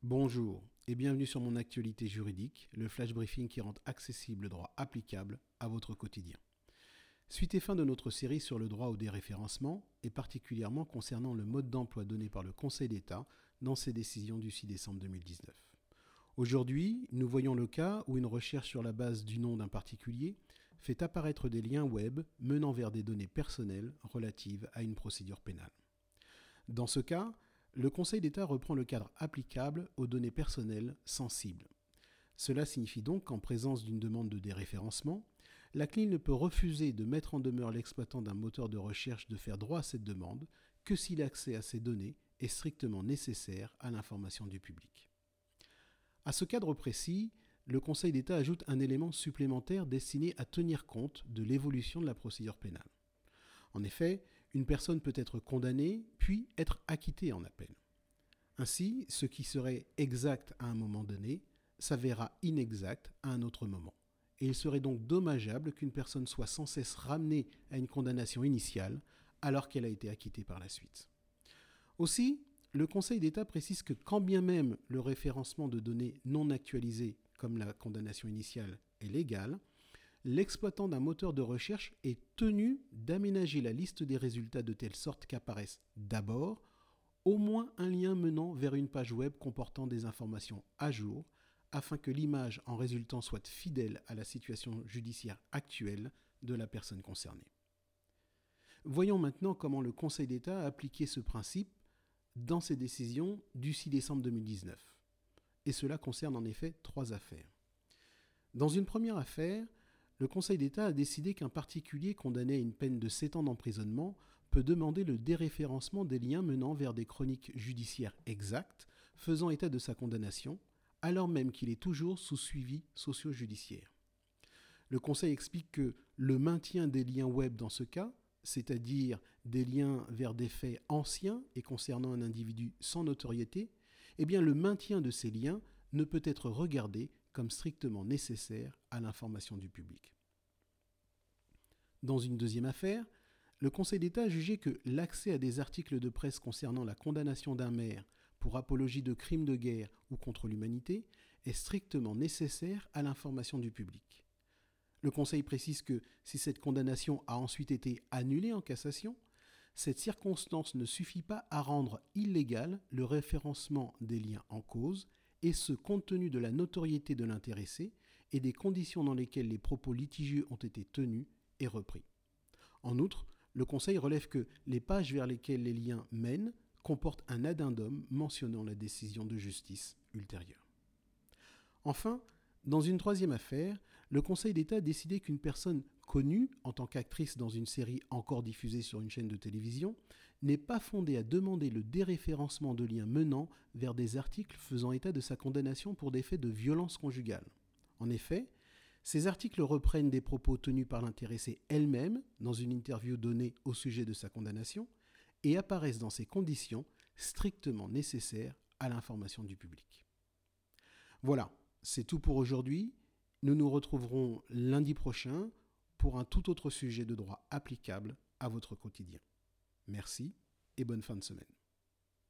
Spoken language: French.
Bonjour et bienvenue sur mon actualité juridique, le flash briefing qui rend accessible le droit applicable à votre quotidien. Suite et fin de notre série sur le droit au déréférencement, et particulièrement concernant le mode d'emploi donné par le Conseil d'État dans ses décisions du 6 décembre 2019. Aujourd'hui, nous voyons le cas où une recherche sur la base du nom d'un particulier fait apparaître des liens web menant vers des données personnelles relatives à une procédure pénale. Dans ce cas, le Conseil d'État reprend le cadre applicable aux données personnelles sensibles. Cela signifie donc qu'en présence d'une demande de déréférencement, la CNIL ne peut refuser de mettre en demeure l'exploitant d'un moteur de recherche de faire droit à cette demande que si l'accès à ces données est strictement nécessaire à l'information du public. À ce cadre précis, le Conseil d'État ajoute un élément supplémentaire destiné à tenir compte de l'évolution de la procédure pénale. En effet, une personne peut être condamnée, puis être acquittée en appel. Ainsi, ce qui serait exact à un moment donné s'avérera inexact à un autre moment. Et il serait donc dommageable qu'une personne soit sans cesse ramenée à une condamnation initiale alors qu'elle a été acquittée par la suite. Aussi, le Conseil d'État précise que quand bien même le référencement de données non actualisées, comme la condamnation initiale, est légal, l'exploitant d'un moteur de recherche est tenu d'aménager la liste des résultats de telle sorte qu'apparaisse d'abord au moins un lien menant vers une page web comportant des informations à jour, afin que l'image en résultant soit fidèle à la situation judiciaire actuelle de la personne concernée. Voyons maintenant comment le Conseil d'État a appliqué ce principe dans ses décisions du 6 décembre 2019. Et cela concerne en effet 3 affaires. Dans une première affaire, le Conseil d'État a décidé qu'un particulier condamné à une peine de 7 ans d'emprisonnement peut demander le déréférencement des liens menant vers des chroniques judiciaires exactes faisant état de sa condamnation, alors même qu'il est toujours sous suivi socio-judiciaire. Le Conseil explique que le maintien des liens web dans ce cas, c'est-à-dire des liens vers des faits anciens et concernant un individu sans notoriété, eh bien le maintien de ces liens ne peut être regardé comme strictement nécessaire à l'information du public. Dans une deuxième affaire, le Conseil d'État a jugé que l'accès à des articles de presse concernant la condamnation d'un maire pour apologie de crimes de guerre ou contre l'humanité est strictement nécessaire à l'information du public. Le Conseil précise que si cette condamnation a ensuite été annulée en cassation, cette circonstance ne suffit pas à rendre illégal le référencement des liens en cause, et ce compte tenu de la notoriété de l'intéressé et des conditions dans lesquelles les propos litigieux ont été tenus et repris. En outre, le Conseil relève que les pages vers lesquelles les liens mènent comportent un addendum mentionnant la décision de justice ultérieure. Enfin, dans une troisième affaire, le Conseil d'État a décidé qu'une personne connue en tant qu'actrice dans une série encore diffusée sur une chaîne de télévision n'est pas fondée à demander le déréférencement de liens menant vers des articles faisant état de sa condamnation pour des faits de violence conjugale. En effet, ces articles reprennent des propos tenus par l'intéressée elle-même dans une interview donnée au sujet de sa condamnation et apparaissent dans ces conditions strictement nécessaires à l'information du public. Voilà, c'est tout pour aujourd'hui. Nous nous retrouverons lundi prochain pour un tout autre sujet de droit applicable à votre quotidien. Merci et bonne fin de semaine.